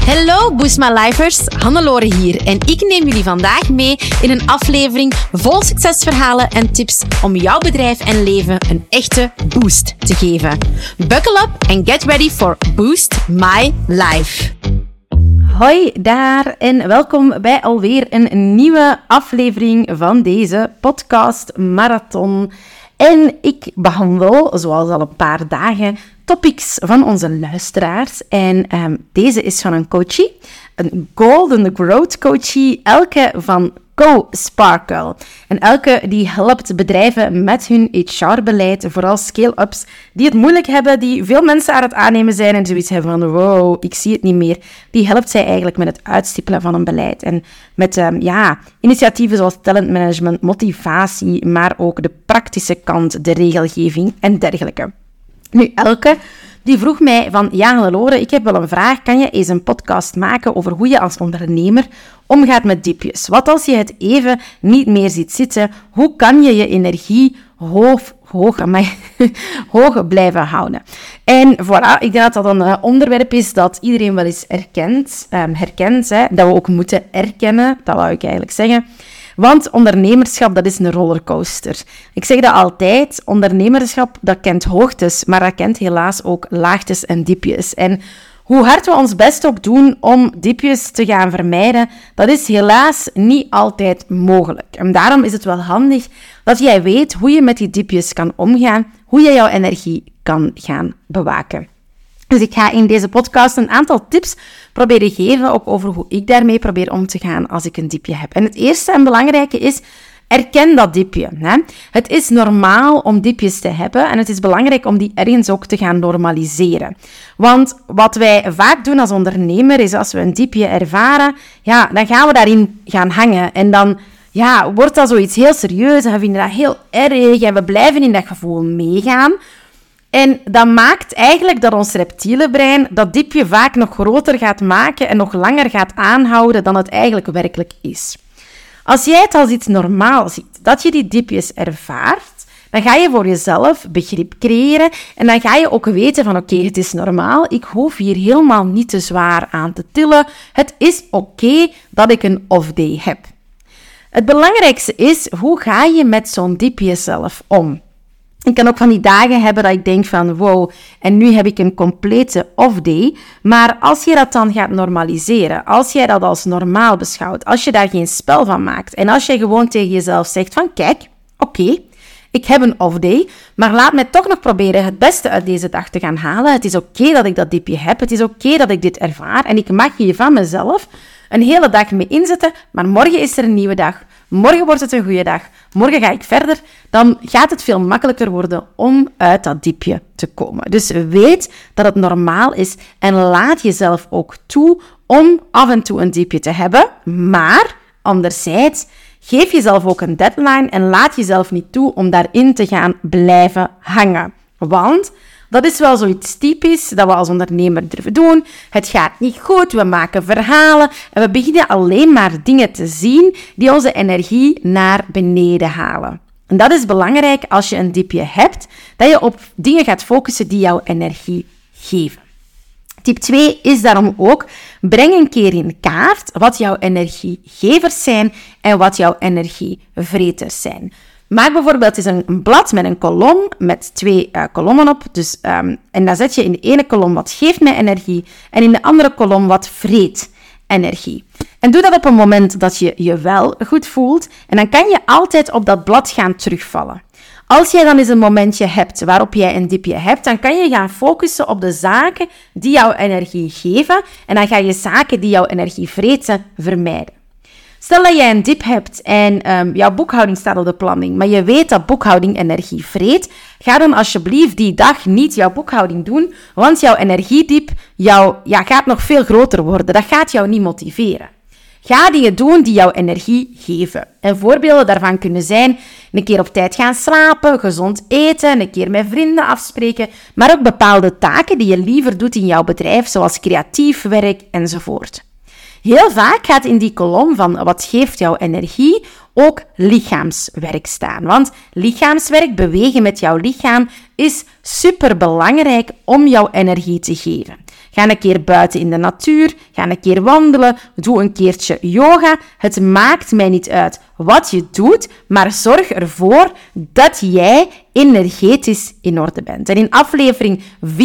Hallo Boost My Lifers, Hannelore hier en ik neem jullie vandaag mee in een aflevering vol succesverhalen en tips om jouw bedrijf en leven een echte boost te geven. Buckle up and get ready for Boost My Life. Hoi daar en welkom bij alweer een nieuwe aflevering van deze podcast Marathon. En ik behandel, zoals al een paar dagen, topics van onze luisteraars. En deze is van een coachie, een Golden Growth Coachie, Elke van CoSparkle. En Elke die helpt bedrijven met hun HR-beleid, vooral scale-ups die het moeilijk hebben, die veel mensen aan het aannemen zijn en zoiets hebben van wow, ik zie het niet meer. Die helpt zij eigenlijk met het uitstippelen van een beleid. En met initiatieven zoals talentmanagement, motivatie, maar ook de praktische kant, de regelgeving en dergelijke. Nu, Elke, die vroeg mij van, ja, Hannelore, ik heb wel een vraag. Kan je eens een podcast maken over hoe je als ondernemer omgaat met diepjes? Wat als je het even niet meer ziet zitten? Hoe kan je je energie hoog blijven houden? En voilà, ik denk dat dat een onderwerp is dat iedereen wel eens herkent, dat we ook moeten erkennen, dat wou ik eigenlijk zeggen. Want ondernemerschap, dat is een rollercoaster. Ik zeg dat altijd, ondernemerschap, dat kent hoogtes, maar dat kent helaas ook laagtes en diepjes. En hoe hard we ons best ook doen om diepjes te gaan vermijden, dat is helaas niet altijd mogelijk. En daarom is het wel handig dat jij weet hoe je met die diepjes kan omgaan, hoe je jouw energie kan gaan bewaken. Dus ik ga in deze podcast een aantal tips proberen geven, ook over hoe ik daarmee probeer om te gaan als ik een diepje heb. En het eerste en belangrijke is, erken dat diepje. Hè? Het is normaal om diepjes te hebben en het is belangrijk om die ergens ook te gaan normaliseren. Want wat wij vaak doen als ondernemer is, als we een diepje ervaren, dan gaan we daarin gaan hangen en dan wordt dat zoiets heel serieus en we vinden dat heel erg en we blijven in dat gevoel meegaan. En dat maakt eigenlijk dat ons reptiele brein dat diepje vaak nog groter gaat maken en nog langer gaat aanhouden dan het eigenlijk werkelijk is. Als jij het als iets normaal ziet, dat je die diepjes ervaart, dan ga je voor jezelf begrip creëren en dan ga je ook weten van oké, het is normaal, ik hoef hier helemaal niet te zwaar aan te tillen. Het is oké dat ik een off-day heb. Het belangrijkste is, hoe ga je met zo'n diepje zelf om? Ik kan ook van die dagen hebben dat ik denk van wow, en nu heb ik een complete off-day. Maar als je dat dan gaat normaliseren, als jij dat als normaal beschouwt, als je daar geen spel van maakt en als je gewoon tegen jezelf zegt van kijk, oké, ik heb een off-day, maar laat mij toch nog proberen het beste uit deze dag te gaan halen. Het is oké dat ik dat diepje heb, het is oké dat ik dit ervaar en ik mag hier van mezelf een hele dag mee inzetten, maar morgen is er een nieuwe dag. Morgen wordt het een goede dag. Morgen ga ik verder. Dan gaat het veel makkelijker worden om uit dat diepje te komen. Dus weet dat het normaal is en laat jezelf ook toe om af en toe een diepje te hebben. Maar anderzijds, geef jezelf ook een deadline en laat jezelf niet toe om daarin te gaan blijven hangen. Want dat is wel zoiets typisch dat we als ondernemer durven doen. Het gaat niet goed, we maken verhalen en we beginnen alleen maar dingen te zien die onze energie naar beneden halen. En dat is belangrijk als je een diepje hebt, dat je op dingen gaat focussen die jouw energie geven. Tip 2 is daarom ook, breng een keer in kaart wat jouw energiegevers zijn en wat jouw energievreters zijn. Maak bijvoorbeeld eens een blad met een kolom met 2 kolommen op. Dus, en dan zet je in de ene kolom wat geeft mij energie en in de andere kolom wat vreet energie. En doe dat op een moment dat je je wel goed voelt en dan kan je altijd op dat blad gaan terugvallen. Als jij dan eens een momentje hebt waarop jij een diepje hebt, dan kan je gaan focussen op de zaken die jouw energie geven en dan ga je zaken die jouw energie vreten vermijden. Stel dat jij een dip hebt en jouw boekhouding staat op de planning, maar je weet dat boekhouding energie vreet, ga dan alsjeblieft die dag niet jouw boekhouding doen, want jouw energiediep gaat nog veel groter worden. Dat gaat jou niet motiveren. Ga dingen doen die jouw energie geven. En voorbeelden daarvan kunnen zijn een keer op tijd gaan slapen, gezond eten, een keer met vrienden afspreken, maar ook bepaalde taken die je liever doet in jouw bedrijf, zoals creatief werk enzovoort. Heel vaak gaat in die kolom van wat geeft jouw energie ook lichaamswerk staan. Want lichaamswerk, bewegen met jouw lichaam, is superbelangrijk om jouw energie te geven. Ga een keer buiten in de natuur. Ga een keer wandelen. Doe een keertje yoga. Het maakt mij niet uit wat je doet, maar zorg ervoor dat jij energetisch in orde bent. En in aflevering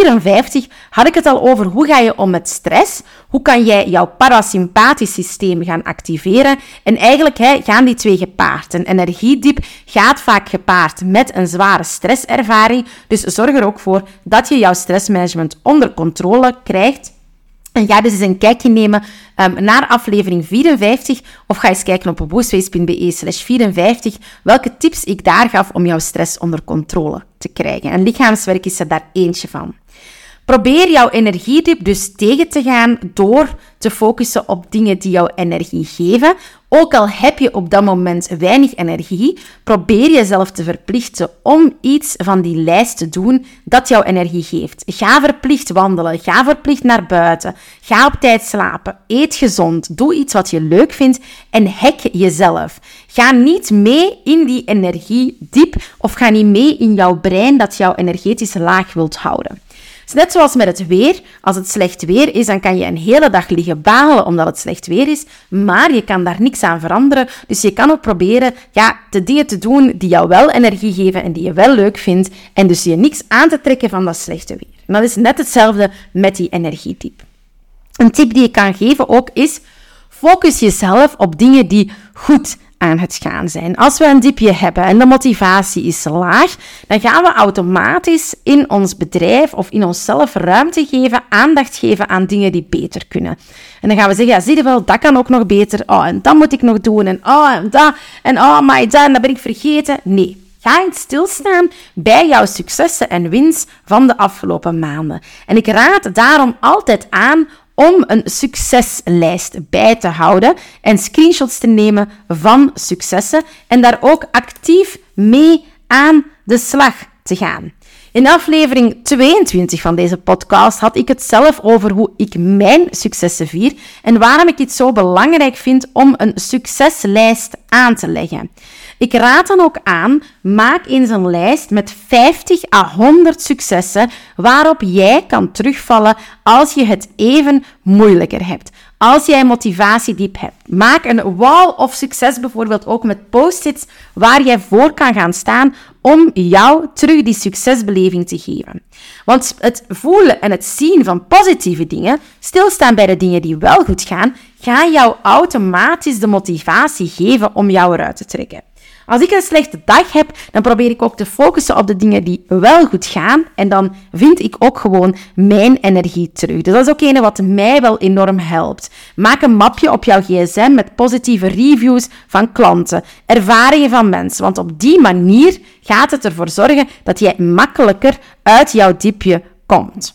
54 had ik het al over hoe ga je om met stress, hoe kan jij jouw parasympathisch systeem gaan activeren. En eigenlijk gaan die twee gepaard. Een energiediep gaat vaak gepaard met een zware stresservaring, dus zorg er ook voor dat je jouw stressmanagement onder controle krijgt. En ga dus eens een kijkje nemen naar aflevering 54 of ga eens kijken op boostways.be/54 welke tips ik daar gaf om jouw stress onder controle te krijgen. En lichaamswerk is er daar eentje van. Probeer jouw energiediep dus tegen te gaan door te focussen op dingen die jou energie geven. Ook al heb je op dat moment weinig energie, probeer jezelf te verplichten om iets van die lijst te doen dat jou energie geeft. Ga verplicht wandelen, ga verplicht naar buiten, ga op tijd slapen, eet gezond, doe iets wat je leuk vindt en hack jezelf. Ga niet mee in die energiediep of ga niet mee in jouw brein dat jouw energetische laag wilt houden. Het is net zoals met het weer. Als het slecht weer is, dan kan je een hele dag liggen balen omdat het slecht weer is, maar je kan daar niks aan veranderen. Dus je kan ook proberen de dingen te doen die jou wel energie geven en die je wel leuk vindt en dus je niks aan te trekken van dat slechte weer. En dat is net hetzelfde met die energiediep. Een tip die ik kan geven ook is, focus jezelf op dingen die goed aan het gaan zijn. Als we een diepje hebben en de motivatie is laag, dan gaan we automatisch in ons bedrijf of in onszelf ruimte geven, aandacht geven aan dingen die beter kunnen. En dan gaan we zeggen, zie je wel, dat kan ook nog beter. En dat moet ik nog doen. En dat. En maar dat ben ik vergeten. Nee. Ga eens stilstaan bij jouw successen en wins van de afgelopen maanden. En ik raad daarom altijd aan om een succeslijst bij te houden en screenshots te nemen van successen en daar ook actief mee aan de slag te gaan. In aflevering 22 van deze podcast had ik het zelf over hoe ik mijn successen vier en waarom ik het zo belangrijk vind om een succeslijst aan te leggen. Ik raad dan ook aan, maak eens een lijst met 50 à 100 successen waarop jij kan terugvallen als je het even moeilijker hebt. Als jij motivatiediep hebt. Maak een wall of succes bijvoorbeeld ook met post-its waar jij voor kan gaan staan om jou terug die succesbeleving te geven. Want het voelen en het zien van positieve dingen, stilstaan bij de dingen die wel goed gaan jou automatisch de motivatie geven om jou eruit te trekken. Als ik een slechte dag heb, dan probeer ik ook te focussen op de dingen die wel goed gaan. En dan vind ik ook gewoon mijn energie terug. Dus dat is ook ene wat mij wel enorm helpt. Maak een mapje op jouw gsm met positieve reviews van klanten, ervaringen van mensen. Want op die manier gaat het ervoor zorgen dat jij makkelijker uit jouw diepje komt.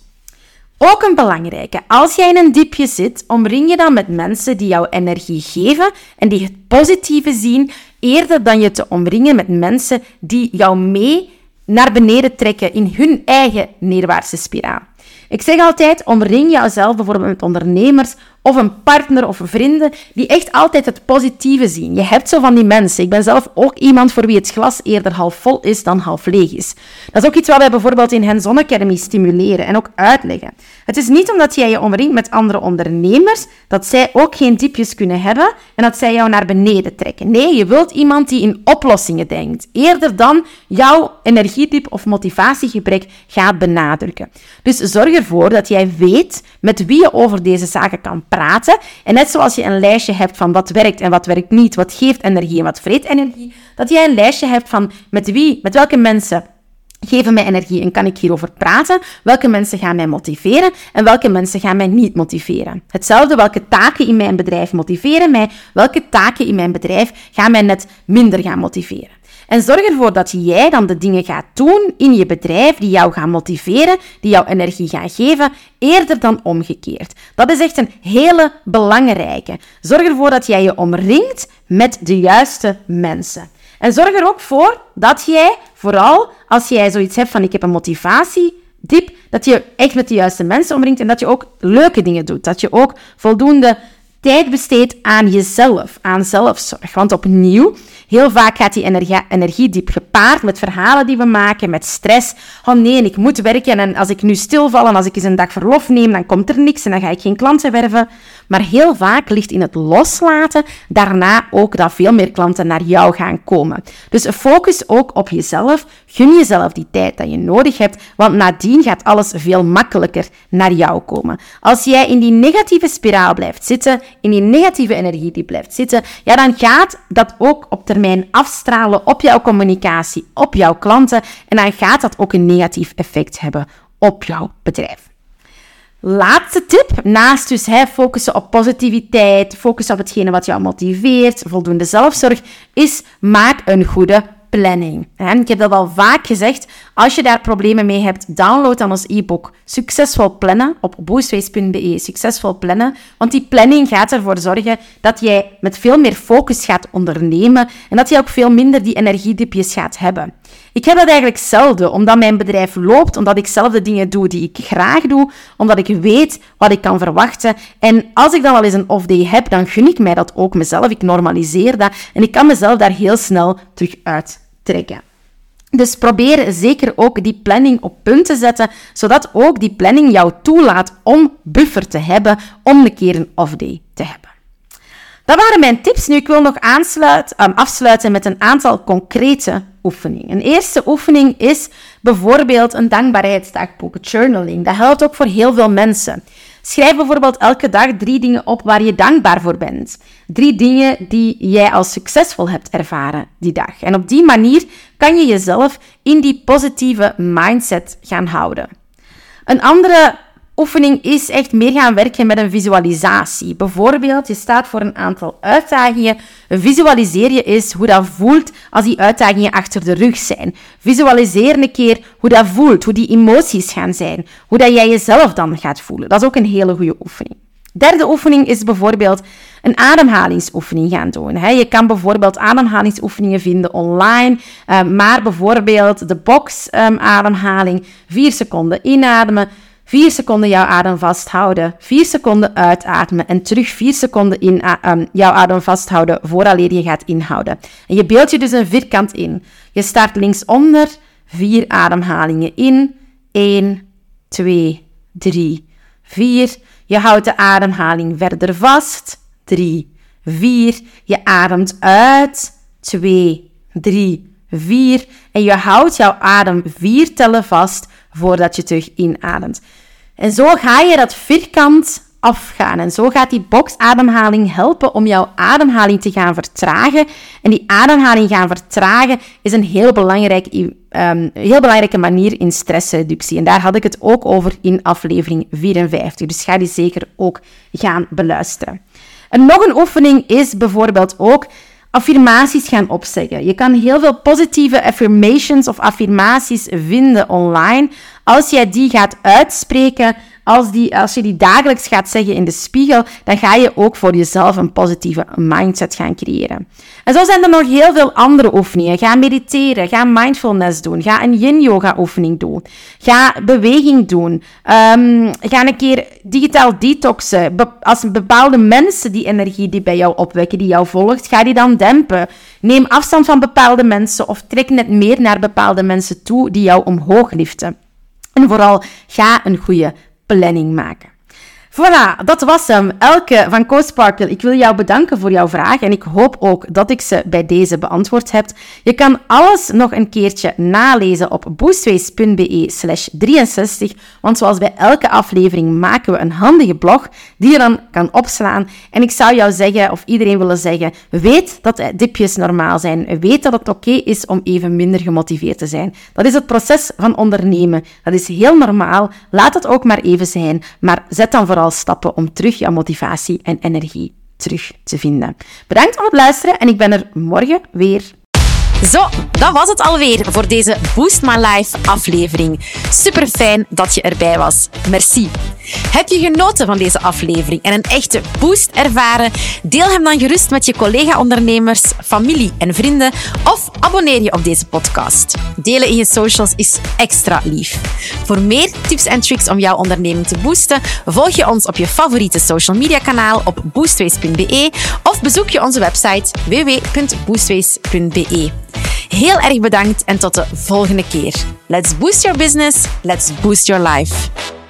Ook een belangrijke, als jij in een diepje zit, omring je dan met mensen die jou energie geven en die het positieve zien, eerder dan je te omringen met mensen die jou mee naar beneden trekken in hun eigen neerwaartse spiraal. Ik zeg altijd, omring jouzelf bijvoorbeeld met ondernemers of een partner of vrienden die echt altijd het positieve zien. Je hebt zo van die mensen. Ik ben zelf ook iemand voor wie het glas eerder half vol is dan half leeg is. Dat is ook iets wat wij bijvoorbeeld in Hands-on Academy stimuleren en ook uitleggen. Het is niet omdat jij je omringt met andere ondernemers dat zij ook geen diepjes kunnen hebben en dat zij jou naar beneden trekken. Nee, je wilt iemand die in oplossingen denkt, eerder dan jouw energiediep of motivatiegebrek gaat benadrukken. Dus zorg ervoor dat jij weet met wie je over deze zaken kan praten. En net zoals je een lijstje hebt van wat werkt en wat werkt niet, wat geeft energie en wat vreet energie, dat jij een lijstje hebt van met welke mensen geven mij energie en kan ik hierover praten, welke mensen gaan mij motiveren en welke mensen gaan mij niet motiveren. Hetzelfde, welke taken in mijn bedrijf motiveren mij, welke taken in mijn bedrijf gaan mij net minder gaan motiveren. En zorg ervoor dat jij dan de dingen gaat doen in je bedrijf die jou gaan motiveren, die jou energie gaan geven, eerder dan omgekeerd. Dat is echt een hele belangrijke. Zorg ervoor dat jij je omringt met de juiste mensen. En zorg er ook voor dat jij, vooral als jij zoiets hebt van ik heb een motivatiediep, dat je echt met de juiste mensen omringt en dat je ook leuke dingen doet. Dat je ook voldoende tijd besteedt aan jezelf, aan zelfzorg. Want opnieuw, heel vaak gaat die energiediep gepaard met verhalen die we maken, met stress. Oh nee, ik moet werken en als ik nu stilval en als ik eens een dag verlof neem, dan komt er niks en dan ga ik geen klanten werven. Maar heel vaak ligt in het loslaten daarna ook dat veel meer klanten naar jou gaan komen. Dus focus ook op jezelf. Gun jezelf die tijd dat je nodig hebt, want nadien gaat alles veel makkelijker naar jou komen. Als jij in die negatieve spiraal blijft zitten, in die negatieve energie die blijft zitten, ja, dan gaat dat ook op termijn afstralen op jouw communicatie, op jouw klanten en dan gaat dat ook een negatief effect hebben op jouw bedrijf. Laatste tip, naast dus focussen op positiviteit, focussen op hetgene wat jou motiveert, voldoende zelfzorg, is maak een goede planning. Ik heb dat al vaak gezegd, als je daar problemen mee hebt, download dan ons e-book Succesvol Plannen op boostways.be, Succesvol Plannen, want die planning gaat ervoor zorgen dat jij met veel meer focus gaat ondernemen en dat je ook veel minder die energiediepjes gaat hebben. Ik heb dat eigenlijk zelden, omdat mijn bedrijf loopt, omdat ik zelf de dingen doe die ik graag doe, omdat ik weet wat ik kan verwachten. En als ik dan wel eens een off-day heb, dan gun ik mij dat ook mezelf. Ik normaliseer dat en ik kan mezelf daar heel snel terug uittrekken. Dus probeer zeker ook die planning op punt te zetten, zodat ook die planning jou toelaat om buffer te hebben, om een keer een off-day te hebben. Dat waren mijn tips. Nu, ik wil nog afsluiten met een aantal concrete oefeningen. Een eerste oefening is bijvoorbeeld een dankbaarheidsdagboek, journaling. Dat helpt ook voor heel veel mensen. Schrijf bijvoorbeeld elke dag 3 dingen op waar je dankbaar voor bent. 3 dingen die jij als succesvol hebt ervaren die dag. En op die manier kan je jezelf in die positieve mindset gaan houden. Een andere oefening is echt meer gaan werken met een visualisatie. Bijvoorbeeld, je staat voor een aantal uitdagingen. Visualiseer je eens hoe dat voelt als die uitdagingen achter de rug zijn. Visualiseer een keer hoe dat voelt, hoe die emoties gaan zijn. Hoe dat jij jezelf dan gaat voelen. Dat is ook een hele goede oefening. Derde oefening is bijvoorbeeld een ademhalingsoefening gaan doen. Je kan bijvoorbeeld ademhalingsoefeningen vinden online, maar bijvoorbeeld de box-ademhaling, 4 seconden inademen, 4 seconden jouw adem vasthouden, 4 seconden uitademen en terug 4 seconden jouw adem vasthouden vooraleer je gaat inhouden. En je beeldt je dus een vierkant in. Je start linksonder, 4 ademhalingen in, 1, 2, 3, 4. Je houdt de ademhaling verder vast, 3, 4. Je ademt uit, 2, 3, 4. En je houdt jouw adem 4 tellen vast voordat je terug inademt. En zo ga je dat vierkant afgaan. En zo gaat die boxademhaling helpen om jouw ademhaling te gaan vertragen. En die ademhaling gaan vertragen is een heel belangrijke manier in stressreductie. En daar had ik het ook over in aflevering 54. Dus ga die zeker ook gaan beluisteren. En nog een oefening is bijvoorbeeld ook affirmaties gaan opzeggen. Je kan heel veel positieve affirmations of affirmaties vinden online. Als jij die gaat uitspreken, als je die dagelijks gaat zeggen in de spiegel, dan ga je ook voor jezelf een positieve mindset gaan creëren. En zo zijn er nog heel veel andere oefeningen. Ga mediteren, ga mindfulness doen, ga een yin-yoga oefening doen, ga beweging doen, ga een keer digitaal detoxen. Als bepaalde mensen die energie die bij jou opwekken, die jou volgt, ga die dan dempen. Neem afstand van bepaalde mensen of trek net meer naar bepaalde mensen toe die jou omhoog liften. En vooral, ga een goede planning maken. Voilà, dat was hem. Elke van CoSparkle, ik wil jou bedanken voor jouw vraag en ik hoop ook dat ik ze bij deze beantwoord heb. Je kan alles nog een keertje nalezen op boostways.be/63, want zoals bij elke aflevering maken we een handige blog die je dan kan opslaan. En ik zou jou zeggen, of iedereen willen zeggen, weet dat dipjes normaal zijn. Weet dat het oké is om even minder gemotiveerd te zijn. Dat is het proces van ondernemen. Dat is heel normaal. Laat het ook maar even zijn, maar zet dan vooral stappen om terug jouw motivatie en energie terug te vinden. Bedankt om het luisteren en ik ben er morgen weer. Zo, dat was het alweer voor deze Boost My Life aflevering. Super fijn dat je erbij was. Merci. Heb je genoten van deze aflevering en een echte boost ervaren? Deel hem dan gerust met je collega-ondernemers, familie en vrienden of abonneer je op deze podcast. Delen in je socials is extra lief. Voor meer tips en tricks om jouw onderneming te boosten, volg je ons op je favoriete social media kanaal op boostways.be of bezoek je onze website www.boostways.be. Heel erg bedankt en tot de volgende keer. Let's boost your business, let's boost your life.